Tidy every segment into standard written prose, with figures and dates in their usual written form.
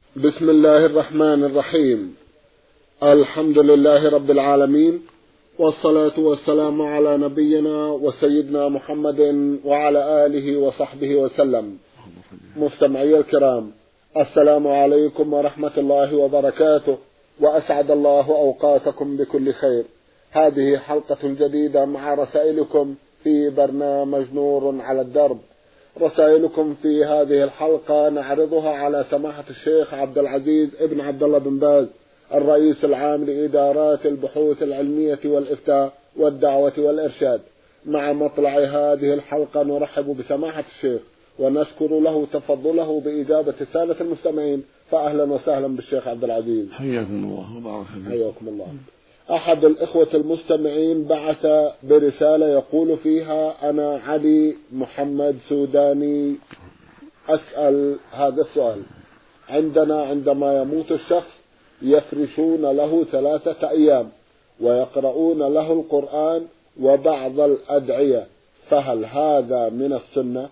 بسم الله الرحمن الرحيم. الحمد لله رب العالمين، والصلاة والسلام على نبينا وسيدنا محمد وعلى آله وصحبه وسلم. مستمعي الكرام، السلام عليكم ورحمة الله وبركاته، وأسعد الله أوقاتكم بكل خير. هذه حلقة جديدة مع رسائلكم في برنامج نور على الدرب. رسائلكم في هذه الحلقة نعرضها على سماحة الشيخ عبد العزيز ابن عبد الله بن باز، الرئيس العام لإدارات البحوث العلمية والإفتاء والدعوة والإرشاد. مع مطلع هذه الحلقة نرحب بسماحة الشيخ ونشكر له تفضله بإجابة السادة المستمعين، فأهلا وسهلا بالشيخ عبد العزيز. حياكم الله وبارك فيكم. حياكم الله. أحد الإخوة المستمعين بعث برسالة يقول فيها: أنا علي محمد سوداني، أسأل هذا السؤال. عندما يموت الشخص يفرشون له 3 أيام ويقرؤون له القرآن وبعض الأدعية، فهل هذا من السنة؟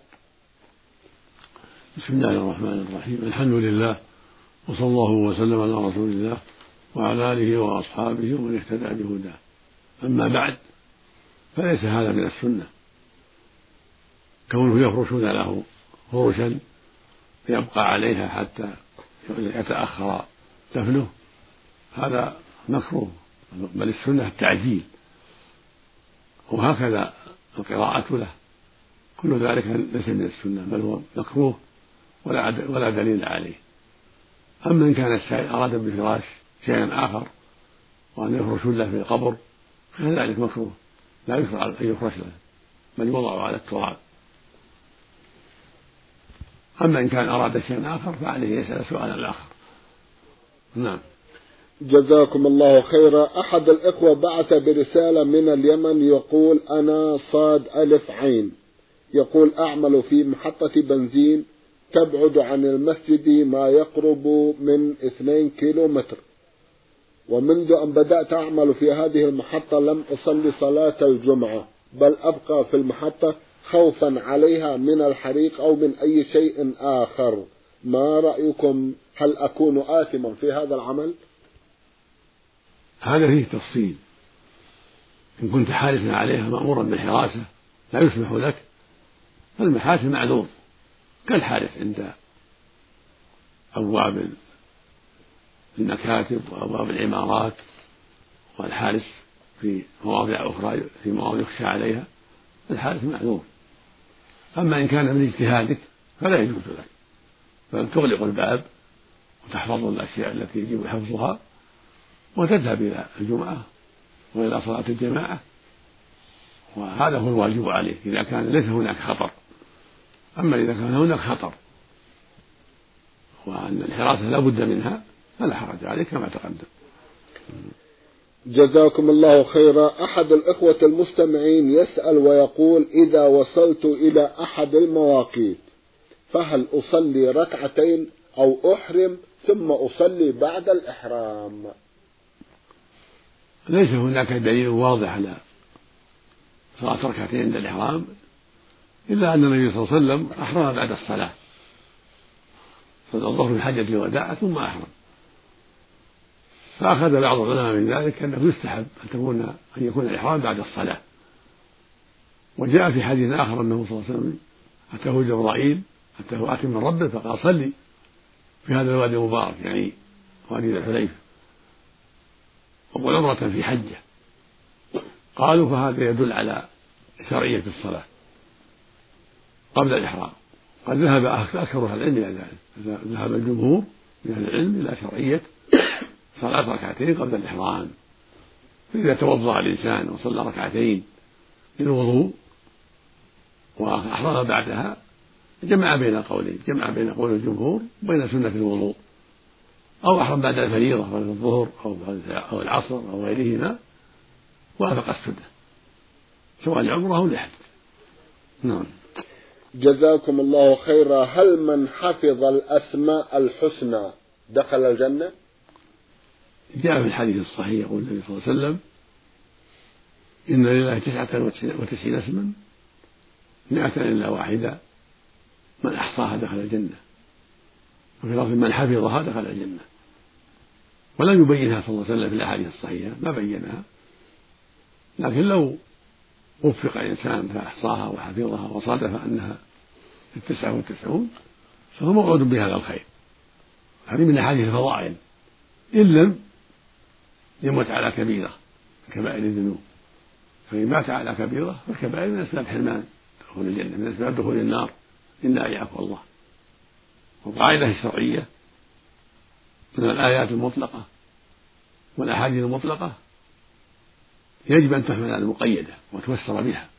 بسم الله الرحمن الرحيم. الحمد لله، وصلى الله وسلم على رسول الله وعلى آله وأصحابه ومن اهتدى بهداه. أما بعد، فليس هذا من السنة، كونه يفرشون له فرشا يبقى عليها حتى يتأخر دفنه، هذا مكروه، بل السنة التعجيل، وهكذا القراءة له، كل ذلك ليس من السنة، بل هو مكروه ولا دليل عليه. أما إن كان السائل أراد بفراش شيئا آخر وأن يفرش له في القبر فذلك مكروه، لا يشرع أن يفرش له، بل يوضع على التراب. أما إن كان أراد شيئا آخر فعليه يسأل سؤالا آخر. نعم. جزاكم الله خيرا. أحد الإخوة بعث برسالة من اليمن يقول: أنا صاد ألف عين، يقول: أعمل في محطة بنزين تبعد عن المسجد ما يقرب من 2 كيلومتر، ومنذ أن بدأت أعمل في هذه المحطة لم أصلي صلاة الجمعة، بل أبقى في المحطة خوفا عليها من الحريق أو من أي شيء آخر. ما رأيكم؟ هل أكون آثما في هذا العمل؟ هذا فيه تفصيل. إن كنت حارسا عليها مأمورا بالحراسة لا يسمح لك، فالمحارس معذور كالحارس عند أبواب المكاتب وأبواب العمارات، والحارس في مواضع أخرى في مواضع يخشى عليها، الحارس معذور. أما إن كان من اجتهادك فلا يجوز لك، بل تغلق الباب وتحفظ الأشياء التي يجب حفظها وتذهب إلى الجمعة وإلى صلاة الجماعة، وهذا هو الواجب عليك إذا كان ليس هناك خطر. أما إذا كان هناك خطر وأن الحراسة لا بد منها فلا حرج عليك كما تقدم. جزاكم الله خيرا. أحد الإخوة المستمعين يسأل ويقول: إذا وصلت إلى أحد المواقيت فهل أصلي 2 ركعتين أو أحرم ثم أصلي بعد الإحرام؟ ليس هناك دليل واضح على صلاة 2 ركعتين عند الإحرام، إلا أن النبي صلى الله عليه وسلم أحرم بعد الصلاة، صلى الظهر في حجة الوداع ثم أحرم، فأخذ بعض العلماء من ذلك أنه يستحب أن يكون الإحرام بعد الصلاة. وجاء في حديث آخر أنه صلى الله عليه وسلم أتاه جبرائيل أتاه آت من ربه فقال: صلي في هذا الوادي المبارك، يعني وادي ذي الحليفة، وقل عمرة في حجة. قالوا فهذا يدل على شرعية الصلاة قبل الإحرام. قد ذهب أكثر أهل العلم إلى ذلك، ذهب الجمهور من أهل العلم إلى شرعية صلاة 2 ركعتين قبل الإحرام. فإذا توضأ الإنسان وصلى 2 ركعتين للوضوء وأحرم بعدها جمع بين قولين، جمع بين قول الجمهور وبين سنة الوضوء، أو أحرم بعد الفريضة بعد الظهر أو العصر أو غيرهما وافق السنة سواء لعمره أو لحج. نعم. جزاكم الله خيرا. هل من حفظ الأسماء الحسنى دخل الجنة؟ جاء في الحديث الصحيح يقول النبي صلى الله عليه وسلم: إن لله 99 اسما 100 إلا واحدة، من أحصاها دخل الجنة. وفي لفظ من حفظها دخل الجنة. ولم يبينها صلى الله عليه وسلم في الأحاديث الصحيحة، ما بينها، لكن لو وفق إنسان فأحصاها وحفظها وصادف أنها 99 فهو موعود بهذا الخير. هذه من أحاديث الفضائل، إن لم يمت على كبيرة كبائر الذنوب، فإن مات على كبيرة فالكبائر من أسباب حرمان دخول الجنة، من أسباب دخول النار إلا أن يعفو الله. والقاعدة الشرعية من الآيات المطلقة والأحاديث المطلقة يجب أن تحمل على المقيدة وتفسر بها،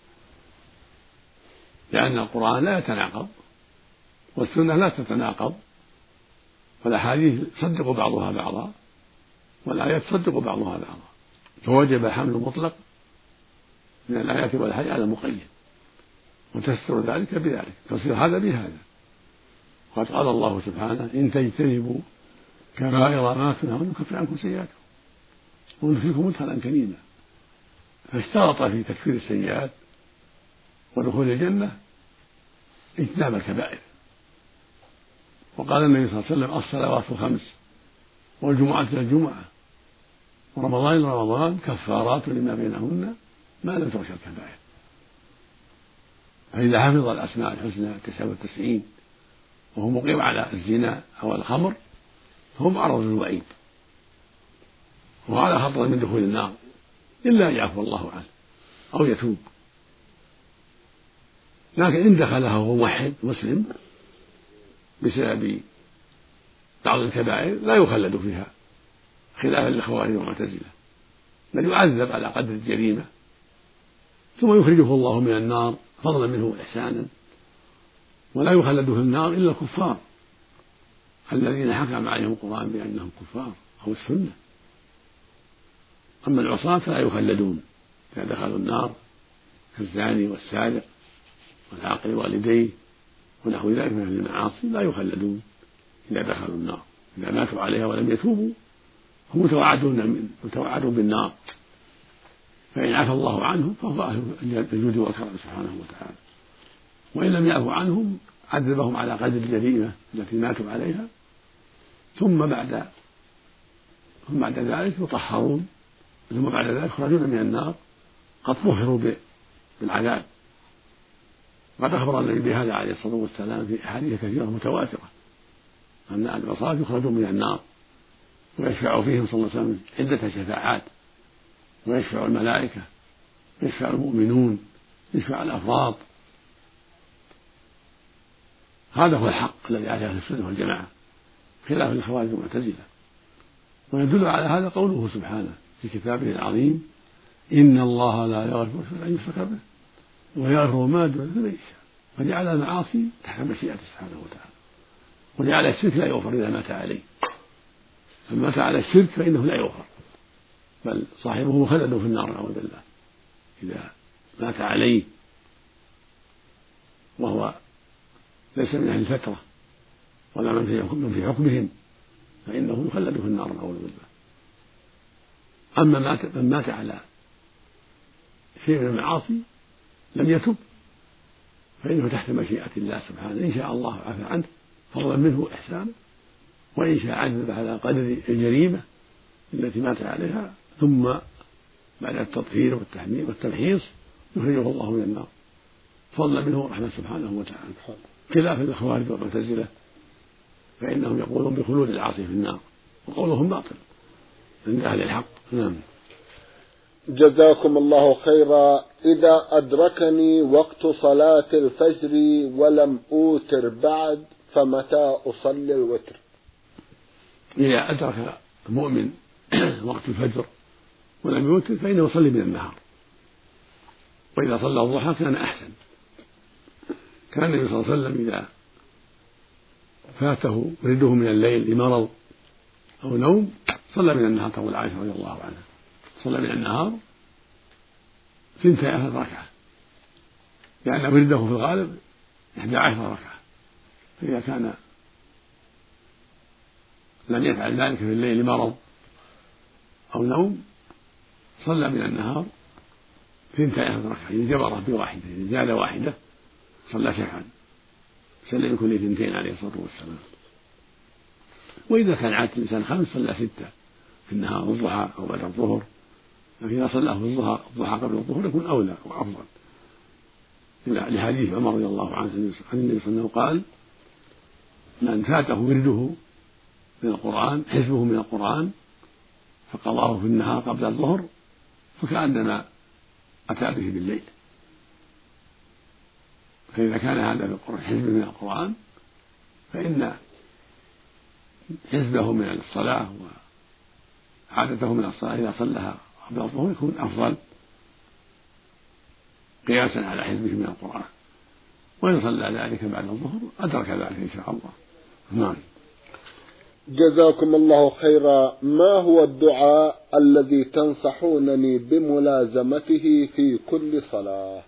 لأن القرآن لا يتناقض والسنة لا تتناقض، والأحاديث تصدق بعضها بعضا والآيات تصدق بعضها بعضا، فوجب حمل المطلق من الآيات والأحاديث على المقيد وتفسر ذلك بذلك، تفسير هذا بهذا. وقد قال الله سبحانه إن تجتنبوا كبائر ما تنهون نكفر عنكم سيئاتكم وندخلكم مدخلا كريما، فاشترط في تكفير السيئات ودخول الجنة اجتناب الكبائر. وقال النبي صلى الله عليه وسلم الصلوات الخمس والجمعة إلى الجمعة ورمضان إلى رمضان كفارات لما بينهن ما لم تغش الكبائر. فإذا حفظ الأسماء الحسنى 99 وهو مقيم على الزنا أو الخمر فهو معرض للوعيد وعلى خطر من دخول النار إلا أن يعفو الله عنه أو يتوب. لكن إن دخلها وهو موحد مسلم بسبب بعض الكبائر لا يخلد فيها خلافا للخوارج والمعتزلة، بل يعذب على قدر الجريمة ثم يخرجه الله من النار فضلا منه وإحسانا. ولا يخلد في النار إلا الكفار الذين حكم عليهم القرآن بأنهم كفار أو السنة. أما العصاة فلا يخلدون إذا دخلوا النار كالزاني والسارق والعاقل والديه ونحو ذلك من المعاصي لا يخلدون إذا دخلوا النار، إذا ماتوا عليها ولم يتوبوا هم متوعدون بالنار، فإن عفى الله عنهم فهو أهل الجود والكرم سبحانه وتعالى، وإن لم يعفو عنهم عذبهم على قدر الجريمة التي ماتوا عليها ثم بعد ذلك يطهرون، ثم بعد ذلك يخرجون من النار قد طهروا بالعذاب. قد أخبر النبي بهذا عليه الصلاة والسلام في أحاديث كثيرة متواترة أن العصاة يخرجون من النار ويشفع فيهم صلى الله عليه وسلم عدة شفاعات، ويشفع الملائكة، يشفع المؤمنون، يشفع الأفراد. هذا هو الحق الذي عليه أهل السنة والجماعة خلاف الخوارج والمعتزلة. ويدل على هذا قوله سبحانه في كتابه العظيم إن الله لا يغفر أن يشرك به ويغفر ما دون ذلك لمن يشاء، فجعل المعاصي تحت مشيئته سبحانه وتعالى، وجعل الشرك لا يغفر إذا مات عليه، فمن مات على الشرك فإنه لا يغفر بل صاحبه مخلد في النار نعوذ بالله إذا مات عليه وهو ليس من أهل الفترة ولا من في حكمهم فإنه يخلد في النار نعوذ بالله. أما من مات على شيء من المعاصي لم يتب فإنه تحت مشيئة الله سبحانه، إن شاء الله عفى عنه فضلا منه إحسانا، وإن شاء عذب على قدر الجريمة التي مات عليها، ثم بعد التطهير والتحميل والتمحيص يخرجه الله من النار فضلا منه ورحمة سبحانه وتعالى، خلاف الخوارج والمعتزلة فإنهم يقولون بخلود العاصي في النار وقولهم باطل عند أهل الحق. نعم. جزاكم الله خيرا. إذا أدركني وقت صلاة الفجر ولم أوتر بعد فمتى أصلي الوتر؟ إذا أدرك المؤمن وقت الفجر ولم يوتر فإنه يصلي من النهار، وإذا صلى الضحى كان أحسن. كان النبي صلى الله عليه وسلم إذا فاته ورده من الليل لمرض أو نوم صلى من النهار، تقول عائشة رضي الله عنها صلى من النهار 12 ركعة، لأن ورده في الغالب 11 ركعة، فإذا كان لم يفعل ذلك في الليل لمرض أو نوم صلى من النهار 12 ركعة، إذا جبر بواحدة، إذا زاد واحدة صلى شفعا، سلم كل 2 عليه الصلاة والسلام. وإذا كان عادة الإنسان 5 صلى 6 في النهار الضحى أو بعد الظهر، لكن إذا صلاه في الضحى قبل الظهر يكون أولى وأفضل، لحديث عمر رضي الله عنه عن النبي صلى الله عليه وسلم قال: من فاته ورده من القرآن حزبه من القرآن فقضاه في النهار قبل الظهر فكأنما أتى به بالليل. فإذا كان هذا في القرآن حزب من القرآن فإن حزبه من الصلاة وعادته من الصلاة إذا صلىها قبل الظهر يكون أفضل قياسا على حزبه من القرآن، وإن صلى ذلك بعد الظهر أدرك ذلك إن شاء الله. نعم. جزاكم الله خيرا. ما هو الدعاء الذي تنصحونني بملازمته في كل صلاة؟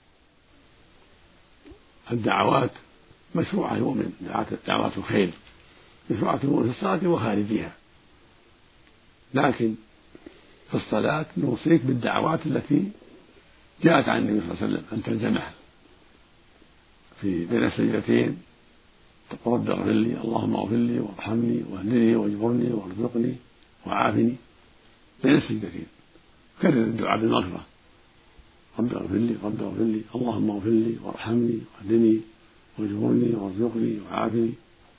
الدعوات مشروعة المؤمن، دعوات الخير مشروعة المؤمن في الصلاة وخارجها، لكن في الصلاة نوصيك بالدعوات التي جاءت عن النبي صلى الله عليه وسلم أن تلزمها في بين السجدتين، تقول: رب اغفر لي، اللهم اغفر لي وارحمني واهدني واجبرني وارزقني وعافني، بين السجدتين كرر الدعاء بالمغفرة: رب اغفر لي، رب اغفر لي، اللهم اغفر لي وارحمني واهدني واجبرني وارزقني وعافني.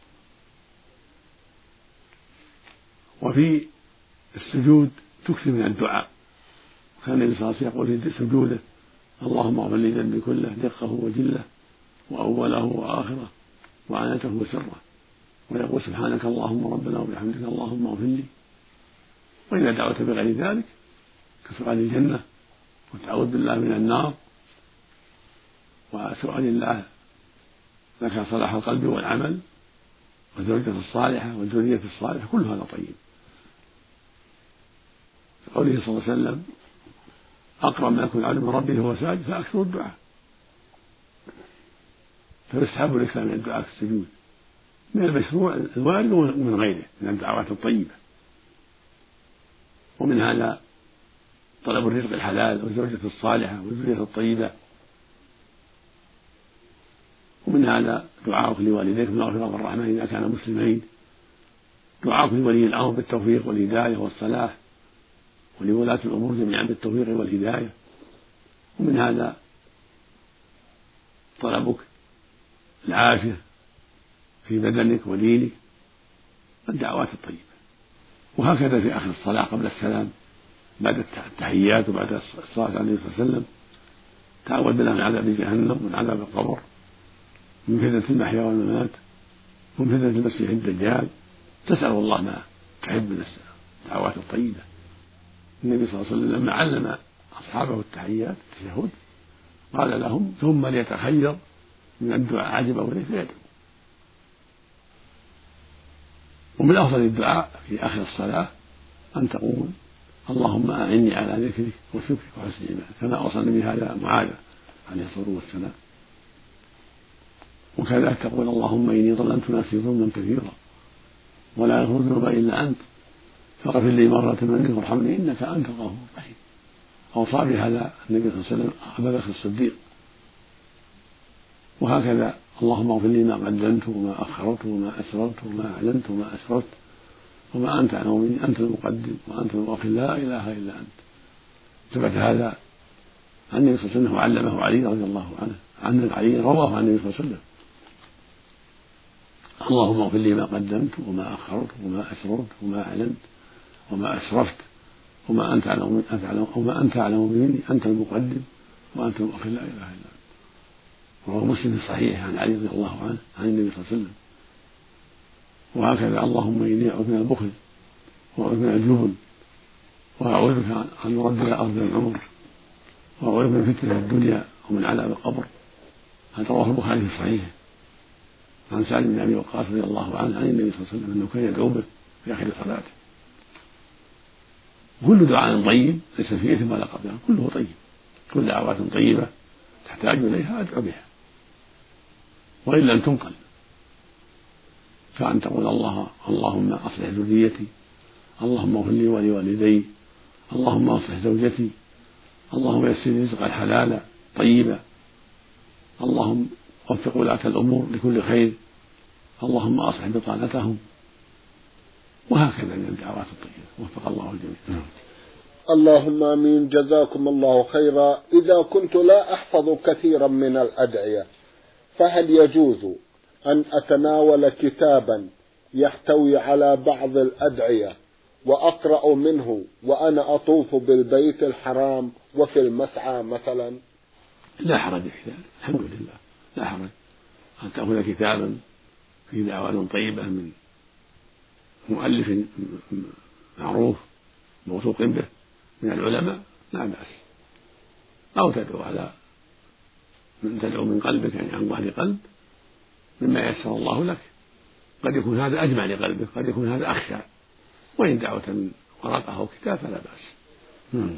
وفي السجود تكثر من الدعاء، وكان النبي صلى الله عليه وسلم يقول في سجوده: اللهم اغفر لي ذنبي كله دقه وجله وأوله وآخره وعنته وسره، ويقول: سبحانك اللهم ربنا وبحمدك اللهم اغفر لي. وإذا دعوت بغير ذلك كسؤال الجنة والتعوذ بالله من النار وسؤال الله لك صلاح القلب والعمل والزوجة الصالحة والذرية الصالحة، كل هذا طيب. قوله صلى الله عليه وسلم: أقرب ما يكون العبد من ربه وهو ساجد فأكثر الدعاء. فيستحب الإكثار من الدعاء في السجود من المشروع الوارد ومن غيره من الدعوات الطيبة. ومن هذا طلب الرزق الحلال والزوجة الصالحة والذرية الطيبة. ومن هذا دعاؤك لوالديك بالمغفرة والرحمة إذا كانا مسلمين، دعاؤك لولي الأمر بالتوفيق والهداية والصلاح، ولولاة الأمور جميعا بالتوفيق والهداية. ومن هذا طلبك العافية في بدنك ودينك، الدعوات الطيبة. وهكذا في آخر الصلاة قبل السلام بعد التحيات وبعد الصلاة عليه النبي صلى الله عليه وسلم تعوذ بالله من عذاب جهنم ومن عذاب القبر ومن فتنة المحيا والممات ومن فتنة المسيح الدجال، تسأل الله ما تحب من الدعوات الطيبة. النبي صلى الله عليه وسلم لما علم أصحابه التحيات التشهد قال لهم: ثم ليتخير من الدعاء عجبه إليه فيدعو. ومن أفضل الدعاء في آخر الصلاة أن تقول: اللهم أعني على ذكرك وشكرك وحسن عبادتك، كما أوصى بهذا معاذ عليه الصلاة والسلام. وكذلك تقول: اللهم إني ظلمت نفسي ظلما كثيرا ولا يغفر الذنوب إلا أنت فاغفر لي مرة منك وارحمني إنك أنت الغفور الرحيم. أوصى بهذا النبي صلى الله عليه وسلم أبا بكر الصديق. وهكذا: اللهم اغفر لي ما قدمت وما أخرت وما أسررت وما أعلنت وما أسررت وما أنت أعلم مني، أنت المقدم وأنت المؤخر لا إله إلا أنت. ثبت هذا عن النبي صلى الله عليه وسلم وعلمه علي رضي الله عنه، عن علي رواه عن النبي صلى الله عليه وسلم: اللهم اغفر لي ما قدمت وما أخرت وما أسررت وما أعلنت وما أسرفت وما أنت أعلم مني، أنت المقدم وأنت المؤخر لا إله إلا أنت. وهو مسلم في الصحيح عن علي رضي الله عنه عن النبي صلى الله عليه وسلم. وهكذا: اللهم إني أعوذ من البخل وأعوذ من الجبن وأعوذ بك عن رد إلى أرض العمر وأعوذ من فتنة الدنيا ومن عذاب القبر. هذا رواه البخاري في صحيحه عن سعد بن أبي وقاص رضي الله عنه عن النبي صلى الله عليه وسلم أنه كان يدعو به في آخر صلاته. كل دعاء طيب ليس فيه إثم ولا قبله، كله طيب، كل دعوات طيبة تحتاج إليها أدعو بها، وإن لم تنقل فأن تقول: اللهم أصلح ذريتي، اللهم اغفر لي ولوالدي، اللهم أصلح زوجتي، اللهم يسر لي رزقا حلالا طيبا، اللهم وفق ولاة الأمور لكل خير، اللهم أصلح بطانتهم، وهكذا من الدعوات الطيبة. وفق الله الجميع. اللهم آمين. جزاكم الله خيرا. إذا كنت لا أحفظ كثيرا من الأدعية، فهل يجوز أن أتناول كتابا يحتوي على بعض الأدعية وأقرأ منه وأنا أطوف بالبيت الحرام وفي المسعى مثلا؟ لا حرج في ذلك، الحمد لله، لا حرج أن تأخذ كتابا في دعوات طيبة من مؤلف معروف موثوق به من العلماء، لا بأس. أو تدعو من قلبك، يعني عن ظهر قلب، مما يسر الله لك. قد يكون هذا أجمع لقلبك، قد يكون هذا أخشى. وإن دعوة من ورقة أو كتاب فلا بأس.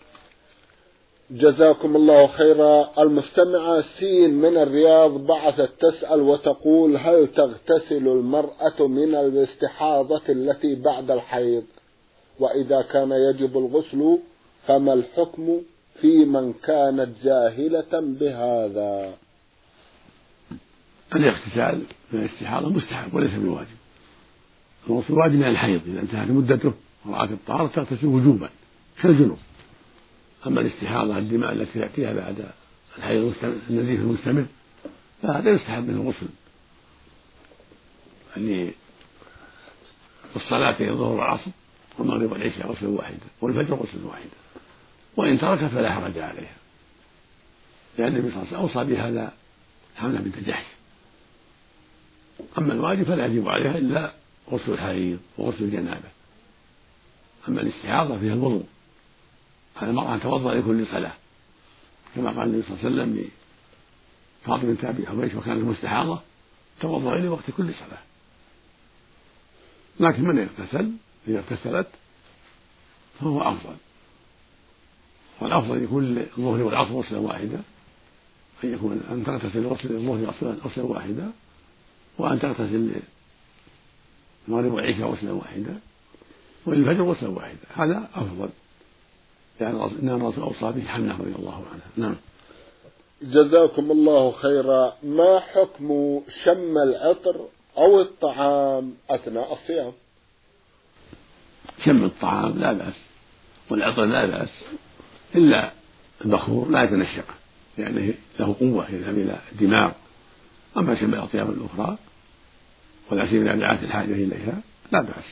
جزاكم الله خيرا. المستمعة سين من الرياض بعثت تسأل وتقول: هل تغتسل المرأة من الاستحاضة التي بعد الحيض؟ وإذا كان يجب الغسل فما الحكم في من كانت جاهلة بهذا؟ الاغتسال من الاستحاضة مستحب وليس بواجب. الغسل واجب من الحيض إذا انتهت مدته ورأت الطهارة تغتسل وجوبا كالجنوب. أما الاستحاضة الدماء التي تأتيها بعد الحيض النزيف المستمر فهذا يستحب منه الغسل، يعني الصلاتين الظهر والعصر والمغرب والعشاء غسل واحدة والفجر غسل واحدة، وإن ترك فلا حرج عليها، لأن النبي صلى الله عليه وسلم أوصى بهذا حملة بنت جحش. أما الواجب فلا يجب عليها إلا غسل الحيض وغسل الجنابة. أما الاستحاضة فيها الوضوء، على المرأة أن توضأ لكل صلاة، كما قال النبي صلى الله عليه وسلم لفاطمة بنت أبي حبيش وكانت مستحاضة: توضأي لوقت كل صلاة. لكن من يغتسل إذا اغتسلت فهو أفضل، والأفضل يكون للظهر والعصر غسلا واحدا، أن تغتسل غسل الظهر غسلا واحدا، وأن تغتسل المغرب والعشاء غسلا واحدا، وللفجر غسلا واحدا. هذا أفضل، يعني إن الرسول أوصى به حمله رضي الله عنها. نعم. جزاكم الله خيرا. ما حكم شم العطر أو الطعام أثناء الصيام؟ شم الطعام لا بأس، والعطر لا بأس، إلا البخور لا يتنشق، يعني له قوة يذهب إلى الدماغ. أما شم الأطياب الأخرى ولا سيما إذا دعت الحاجة إليها لا بأس،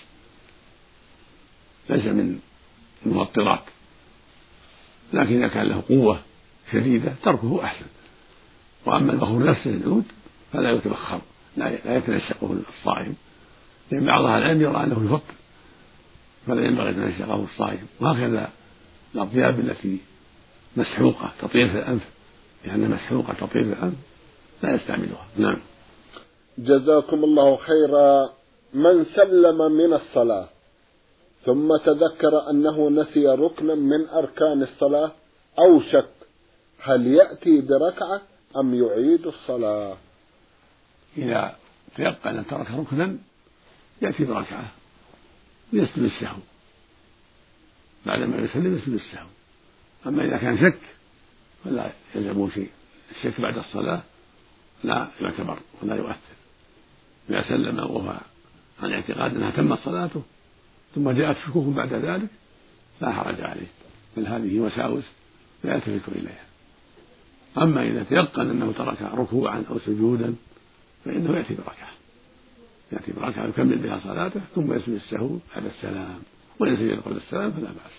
ليس من المفطرات، لكن إذا كان له قوة شديدة تركه أحسن. وأما البخور نفسه العود فلا يتبخر، لا يتنشقه الصائم، لأن بعض أهل العلم يرى أنه يفطر، فلا ينبغي أن يتنشقه الصائم. وهكذا الأطياب التي مسحوقة تطير في الأنف، لأنها مسحوقة تطير في الأنف لا يستعملها. نعم. جزاكم الله خيرا. من سلم من الصلاة ثم تذكر أنه نسي ركنا من أركان الصلاة أو شك، هل يأتي بركعة أم يعيد الصلاة؟ إذا تيقن أن ترك ركنا يأتي بركعة ويسجد السهو، بعدما يسلم يسجد السهو. أما إذا كان شك فلا يلزمه شيء، الشك بعد الصلاة لا يعتبر ولا يؤثر. إذا سلم وهو عن اعتقاد أنها تمت صلاته ثم جاءت شكوك بعد ذلك لا حرج عليه، بل هذه وساوس لا يلتفت إليها. أما إذا تيقن أنه ترك ركوعا أو سجودا فإنه يأتي بركعة يكمل بها صلاته ثم يسجد السهو بعد السلام، وإن سجد قبل السلام فلا بأس.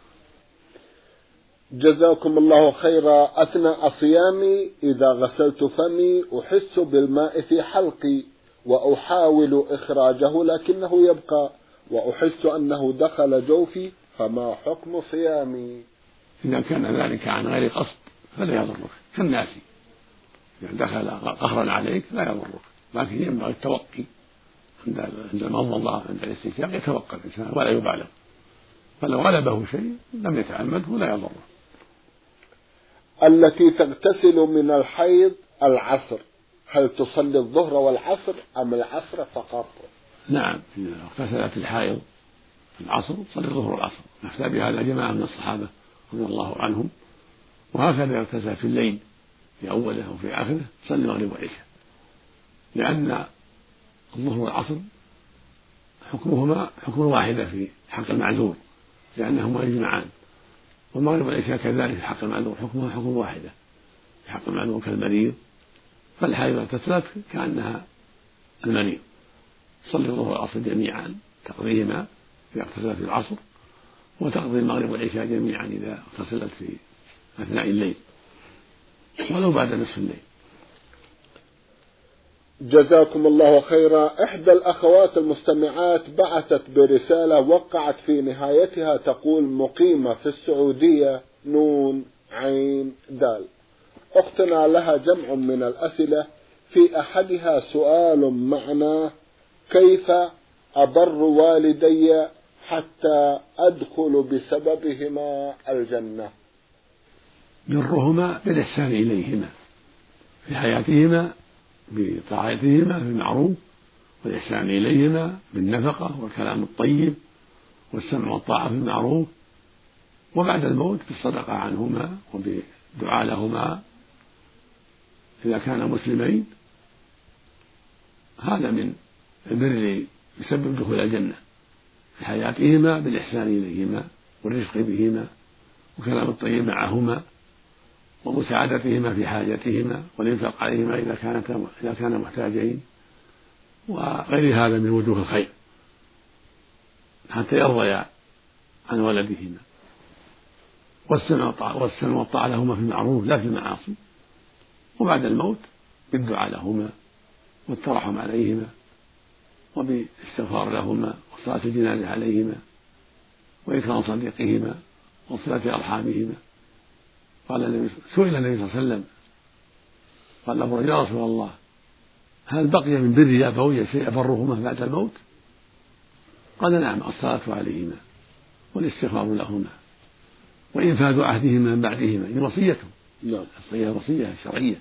جزاكم الله خيرا. أثناء صيامي إذا غسلت فمي أحس بالماء في حلقي وأحاول إخراجه لكنه يبقى، وأحس أنه دخل جوفي، فما حكم صيامي؟ إذا كان ذلك عن غير قصد فلا يضرك، كالناسي إذا دخل قهرا عليك لا يضرك، لكن ينبغي التوقي عند المضمضة عند الاستنشاق، يتوقى الإنسان ولا يبالغ، فلو غلبه شيء لم يتعمده لا يضره. التي تغتسل من الحيض العصر، هل تصلي الظهر والعصر أم العصر فقط؟ نعم، إذا اغتسلت الحائض العصر تصلي الظهر والعصر، أفتى بهذا جماعة من الصحابة رضي الله عنهم. وهكذا اغتسل في الليل في أوله وفي آخره تصلي المغرب والعشاء، لأن الظهر والعصر حكمهما حكم واحدة في حق المعذور لأنهما يجمعان، والمغرب والعشاء كذلك في حق المعذور حكمها حكم واحدة في حق المعذور كالمريض، فالحائض اغتسلت كأنها المريض تصلي الظهر والعصر جميعا تقضيهما إذا اغتسلت في العصر، وتقضي المغرب والعشاء جميعا إذا اغتسلت في أثناء الليل ولو بعد نصف الليل. جزاكم الله خيرا. إحدى الأخوات المستمعات بعثت برسالة وقعت في نهايتها تقول: مقيمة في السعودية نون عين دال. أختنا لها جمع من الأسئلة، في أحدها سؤال معناه: كيف أبر والدي حتى أدخل بسببهما الجنة؟ برهما بالإحسان إليهما في حياتهما بطاعتهما في المعروف، والإحسان إليهما بالنفقة والكلام الطيب والسمع والطاعة في المعروف، وبعد الموت بالصدقة عنهما وبالدعاء لهما إذا كانا مسلمين. هذا من البر الذي يسبب دخول الجنة في حياتهما بالإحسان إليهما والرفق بهما وكلام الطيب معهما ومساعدتهما في حاجتهما والإنفاق عليهما إذا كانا محتاجين، وغير هذا من وجوه الخير حتى يرضيا عن ولدهما، والسمع والطاعة لهما في المعروف لا في المعاصي، وبعد الموت بالدعاء لهما والترحم عليهما وبالاستغفار لهما وصلاة الجنازة عليهما وإكرام صديقهما وصلة أرحامهما. سئل النبي صلى الله عليه وسلم قال له: يا رسول الله، هل بقي من بر أبوي شيء أبرهما بعد الموت؟ قال: نعم، الصلاة عليهما والاستغفار لهما وإنفاذ عهدهما من بعدهما، هي وصيته، هي وصية شرعية،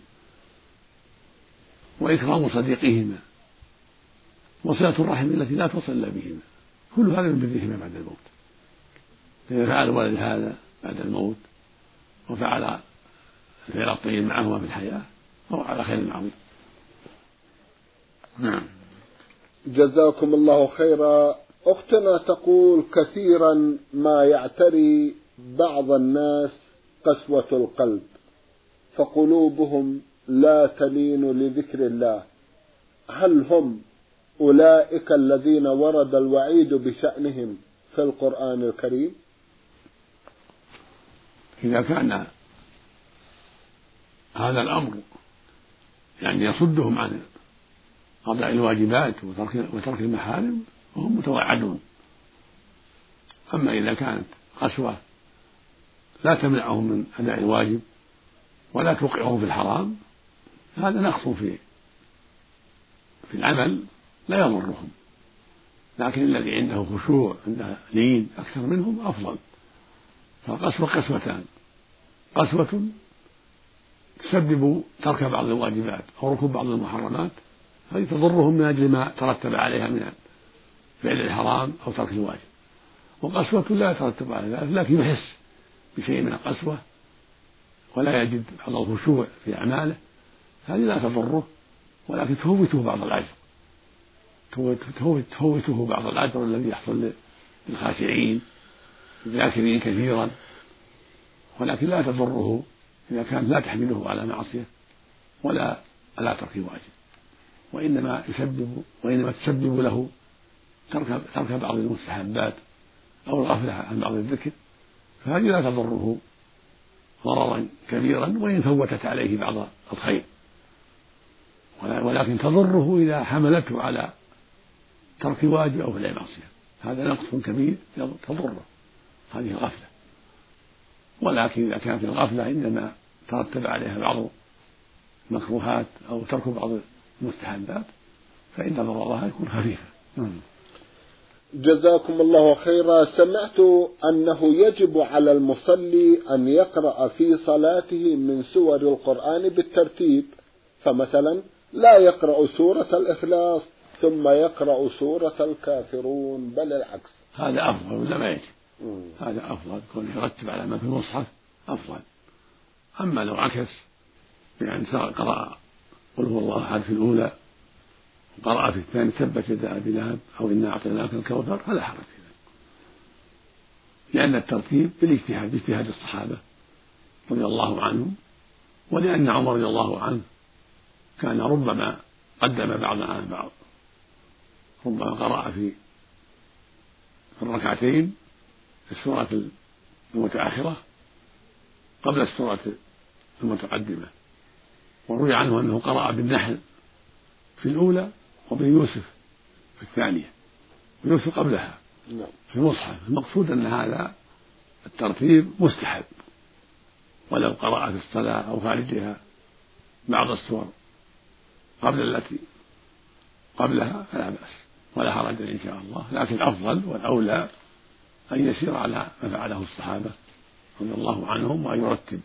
وإكرام صديقهما وصلة الرحم التي لا تصل إلا بهما، كل هذا من برهما بعد الموت. فإذا فعل الولد هذا بعد الموت وفعل الفعل الطيب معهما في الحياة فهو على خير عظيم. نعم. جزاكم الله خيرا. أختنا تقول: كثيرا ما يعتري بعض الناس قسوة القلب، فقلوبهم لا تلين لذكر الله، هل هم أولئك الذين ورد الوعيد بشأنهم في القرآن الكريم؟ إذا كان هذا الأمر يعني يصدهم عن قضاء الواجبات وترك المحارم فهم متوعدون. أما إذا كانت قسوة لا تمنعهم من أداء الواجب ولا توقعهم في الحرام، هذا نقص في العمل لا يضرهم، لكن الذي عنده خشوع عنده لين أكثر منهم أفضل. فالقسوة قسوتان: قسوة تسبب ترك بعض الواجبات أو ركوب بعض المحرمات، هذه تضرهم من أجل ما ترتب عليها من فعل الحرام أو ترك الواجب، وقسوة لا يترتب على ذلك لكن يحس بشيء من القسوة ولا يجد بعض الخشوع في أعماله، هذه لا تضره ولكن تفوته بعض الأجر، تفوته بعض الأجر الذي يحصل للخاشعين الذاكرين كثيرا، ولكن لا تضره إذا كانت لا تحمله على معصية ولا على ترك واجب، وإنما تسبب له ترك بعض المستحبات أو الغفلة عن بعض الذكر، فهذه لا تضره ضررا كبيرا وإن فوتت عليه بعض الخير، ولكن تضره إذا حملته على ترك واجب أو فعل معصية، هذا نقص كبير تضره هذه الغفلة. ولكن إذا كانت الغفلة إنما ترتب عليها بعض المكروهات أو ترك بعض المستحبات فإن ضررها يكون خفيفا. جزاكم الله خيرا. سمعت أنه يجب على المصلي أن يقرأ في صلاته من سور القرآن بالترتيب، فمثلا لا يقرأ سورة الإخلاص ثم يقرأ سورة الكافرون بل العكس. هذا أفضل ولا ما يجب؟ هذا أفضل، كون يرتب على ما في المصحف أفضل. أما لو عكس بأن قرأ قل هو الله أحد في الأولى قرأ في الثاني تبت يدا أبي لهب أو إنا أعطيناك الكوثر فلا حرج في ذلك، لأن الترتيب بالاجتهاد باجتهاد الصحابة رضي الله عنهم، ولأن عمر رضي الله عنه كان ربما قدم بعضا على بعض، ربما قرأ في الركعتين السورة المتأخرة قبل السورة المتقدمة، وروي عنه أنه قرأ بالنحل في الأولى وبيوسف في الثانية، ويوسف قبلها في المصحف. المقصود أن هذا الترتيب مستحب، ولو قرأ في الصلاة أو خارجها بعض السور قبل التي قبلها فلا بأس ولا حرج إن شاء الله، لكن الأفضل والأولى أن يسير على ما فعله الصحابة رضي الله عنهم، وأن يرتب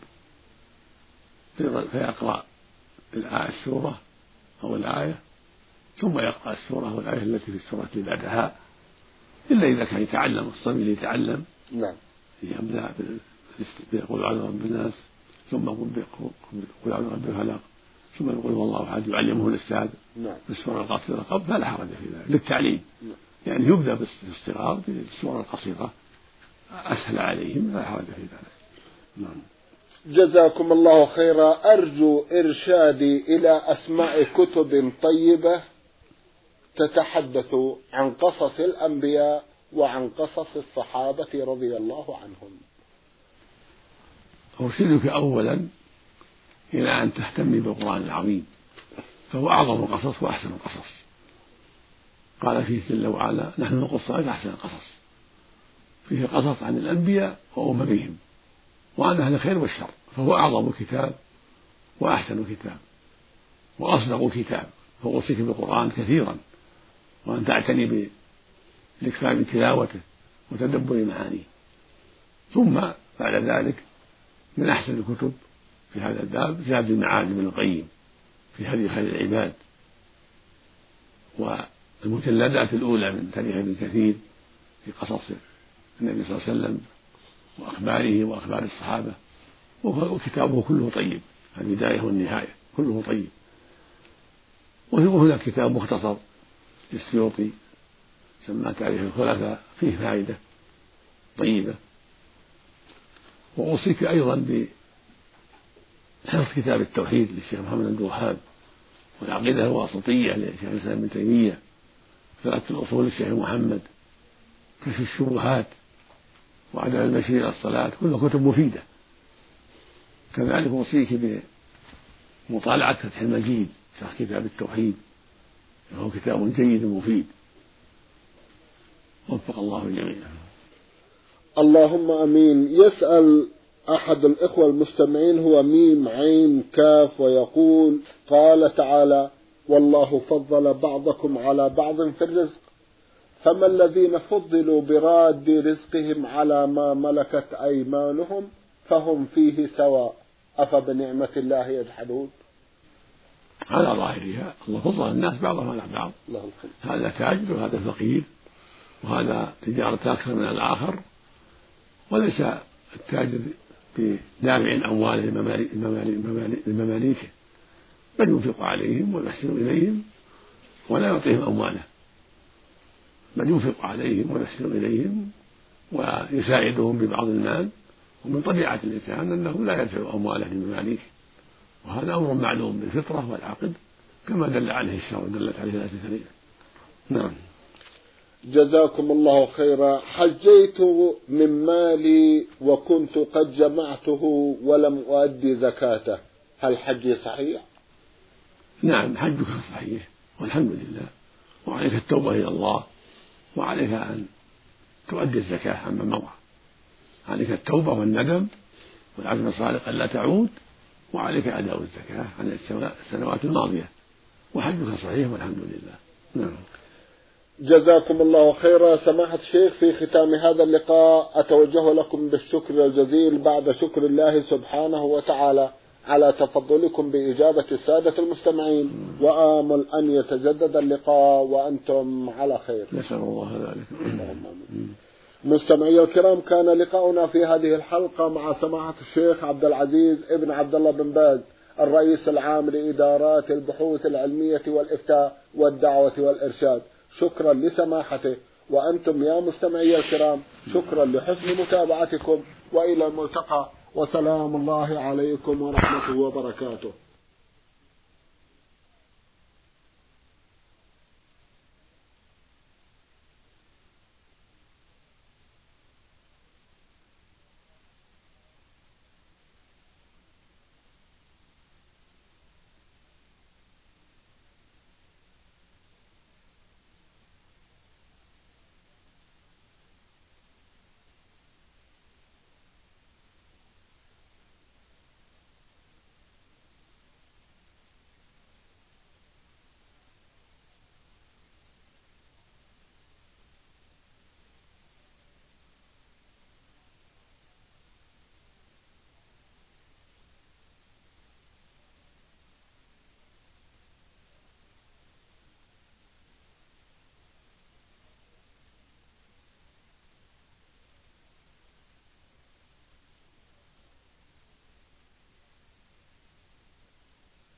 فيقرأ السورة أو الآية ثم يقرأ السورة والآية التي في السورة اللي بعدها، إلا إذا كان يتعلم الصبي يتعلم يبدأ بقول أعوذ برب الناس ثم يقول قل أعوذ برب الفلق ثم يقول هو الله أحد يعلمه الأستاذ بالسورة القصيرة قبل فلا حرج في ذلك للتعليم، يعني يبدأ بالصغار بالسورة القصيرة أسهل عليهم لا حرج في ذلك. نعم. جزاكم الله خيرا. أرجو إرشادي إلى أسماء كتب طيبة تتحدث عن قصص الأنبياء وعن قصص الصحابة رضي الله عنهم. أرشدك أولا إلى أن تهتمي بالقرآن العظيم، فهو أعظم القصص وأحسن القصص، قال فيه جل وعلا نحن نقص عليك أحسن القصص، فيه قصص عن الأنبياء وأممهم وعن أهل الخير والشر، فهو أعظم كتاب وأحسن كتاب وأصدق كتاب، فأوصيك بالقرآن كثيرا وأن تعتني بالإكثار من تلاوته وتدبر معانيه. ثم بعد ذلك من أحسن الكتب في هذا الباب زاد المعاد بن القيم في هدي خير العباد، والمجلدات الأولى من تاريخ ابن كثير في قصص النبي صلى الله عليه وسلم وأخباره وأخبار الصحابة، وكتابه كله طيب، البداية والنهاية كله طيب. وهنا كتاب مختصر للسيوطي سماه تاريخ الخلفاء فيه فائدة طيبة. وأوصيك أيضا بحفظ كتاب التوحيد للشيخ محمد بن الوهاب، والعقيدة الواسطية للشيخ الإسلام ابن تيمية، ثلاثة الأصول للشيخ محمد، كشف الشبهات، وعدم المشي إلى الصلاة، كلها كتب مفيدة. كذلك أوصيك بمطالعة فتح المجيد شرح كتاب التوحيد، وهو كتاب جيد مفيد، وفق الله الجميع. اللهم أمين. يسأل أحد الإخوة المستمعين هو ميم عين كاف ويقول قال تعالى والله فضل بعضكم على بعض في الرزق، فما الذين فضلوا براد رزقهم على ما ملكت أيمانهم فهم فيه سواء أفبنعمة الله يجحدون. على ظاهرها الله فضل الناس بعضهم على بعض، هذا تاجر وهذا فقير وهذا تجارة أكثر من الآخر، وليس التاجر بدافع أمواله لمماليكه، بل ينفق عليهم ويحسن إليهم ولا يعطيهم أمواله، بل ينفق عليهم ويحسن إليهم ويساعدهم ببعض المال. ومن طبيعة الإنسان أنه لا يدفع أمواله لمماليكه، وهذا أمر معلوم بالفطرة والعقد كما دل عليه الشرع ودلت عليه الآيات الكريمة. نعم. جزاكم الله خيرا. حجيت من مالي وكنت قد جمعته ولم أؤدي زكاته، هل حجي صحيح؟ نعم حجك صحيح والحمد لله، وعليك التوبة إلى الله، وعليك أن تؤدي الزكاة عما مضى، عليك التوبة والندم والعزم الصادق ألا تعود، وعليك أداء الزكاة عن السنوات الماضية، وحجك صحيح والحمد لله. نعم. جزاكم الله خيرا. سماحة الشيخ، في ختام هذا اللقاء أتوجه لكم بالشكر الجزيل بعد شكر الله سبحانه وتعالى على تفضلكم بإجابة السادة المستمعين، وآمل أن يتجدد اللقاء وأنتم على خير. نسأل الله ذلك. مستمعي الكرام، كان لقاؤنا في هذه الحلقة مع سماحة الشيخ عبد العزيز ابن عبد الله بن باز الرئيس العام لإدارات البحوث العلمية والإفتاء والدعوة والإرشاد. شكرا لسماحته، وأنتم يا مستمعي الكرام شكرا لحسن متابعتكم، وإلى الملتقى، وسلام الله عليكم ورحمته وبركاته.